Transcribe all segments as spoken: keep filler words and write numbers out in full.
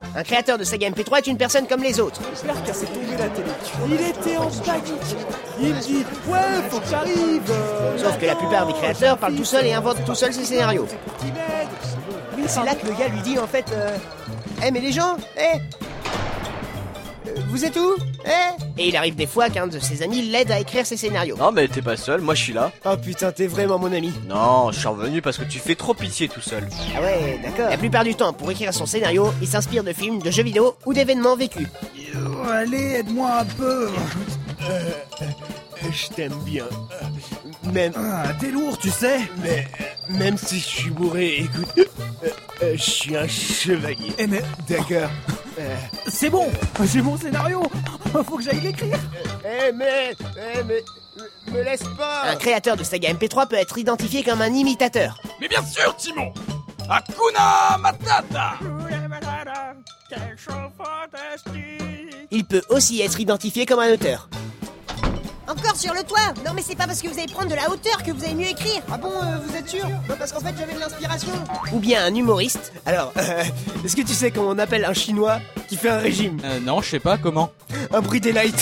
Un créateur de saga M P trois est une personne comme les autres. J'espère qu'elle s'est tombée la télé. Il était en panique. Il dit « Ouais, faut que j'arrive euh, Sauf que la plupart des créateurs parlent tout seuls et inventent tout seuls ses scénarios. Oui, C'est là que le gars lui dit en fait euh, Eh mais les gens, eh euh, vous êtes où? Eh Et il arrive des fois qu'un de ses amis l'aide à écrire ses scénarios. Non mais t'es pas seul, moi je suis là. Oh putain, t'es vraiment mon ami. Non, je suis revenu parce que tu fais trop pitié tout seul. Ah ouais, d'accord. La plupart du temps, pour écrire son scénario, il s'inspire de films, de jeux vidéo ou d'événements vécus. Oh, allez, aide-moi un peu. Euh, euh, je t'aime bien. Même, Ah, t'es lourd, tu sais. mais, même si je suis bourré, écoute, euh, euh, je suis un chevalier. Eh mais, D'accord. Euh, c'est bon. J'ai mon scénario. Faut que j'aille l'écrire. Eh mais, eh mais, me laisse pas. Un créateur de saga M P trois peut être identifié comme un imitateur. Mais bien sûr, Timon. Hakuna Matata. Il peut aussi être identifié comme un auteur. Encore sur le toit. Non mais c'est pas parce que vous allez prendre de la hauteur que vous allez mieux écrire. Ah bon, euh, vous êtes sûr? Non, parce qu'en fait j'avais de l'inspiration. Ou bien un humoriste. Alors, euh, est-ce que tu sais comment on appelle un chinois qui fait un régime? Euh, non, je sais pas comment. Un bruit daylight.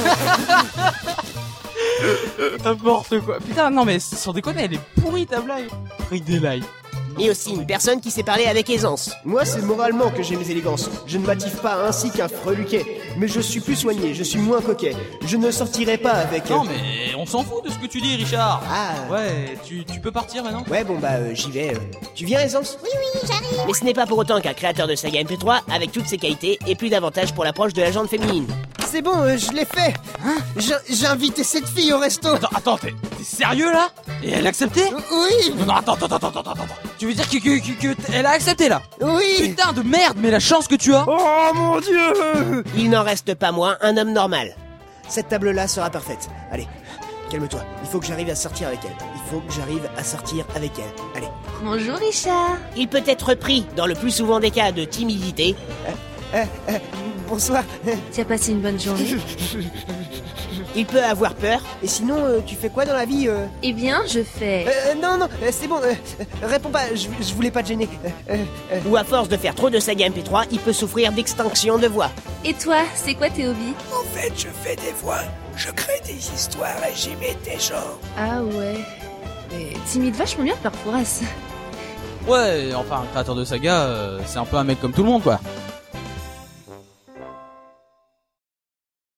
N'importe quoi. Putain, non mais sans déconner, elle est pourrie ta blague. Free Daylight. Et aussi une personne qui sait parler avec aisance. Moi, c'est moralement que j'ai mes élégances. Je ne m'attive pas ainsi qu'un freluquet. Mais je suis plus soigné, je suis moins coquet. Je ne sortirai pas avec... Non mais on s'en fout de ce que tu dis, Richard. Ah. Ouais, tu, tu peux partir maintenant. Ouais, bon bah euh, j'y vais. euh. Tu viens, aisance? Oui oui, j'arrive. Mais ce n'est pas pour autant qu'un créateur de saga M P trois, avec toutes ses qualités, ait plus d'avantages pour l'approche de la gente féminine. C'est bon, euh, je l'ai fait. Hein? J'ai j'ai invité cette fille au resto. Attends, attends, t'es, t'es sérieux là? Et elle a accepté? Oui, Non, non, attends, attends, attends, attends, attends. Tu veux dire que, que, que, que t- elle a accepté là? oui. Putain de merde, mais la chance que tu as. Oh mon Dieu. Il n'en reste pas moins un homme normal. Cette table-là sera parfaite. Allez, calme-toi. Il faut que j'arrive à sortir avec elle. Il faut que j'arrive à sortir avec elle. Allez. Bonjour Richard. Il peut être pris, dans le plus souvent des cas, de timidité, Euh, euh, bonsoir. Tu as passé une bonne journée? il peut avoir peur, Et sinon, euh, tu fais quoi dans la vie euh Eh bien, je fais... Euh, non, non, euh, c'est bon. euh, euh, réponds pas, je, je voulais pas te gêner. Euh, euh, euh, ou à force de faire trop de saga M P trois, il peut souffrir d'extinction de voix. Et toi, c'est quoi tes hobbies? En fait, je fais des voix. Je crée des histoires et j'imite des gens. Ah ouais... Mais t'imites vachement bien Père Fouras. Ouais, enfin un créateur de saga, euh, c'est un peu un mec comme tout le monde quoi.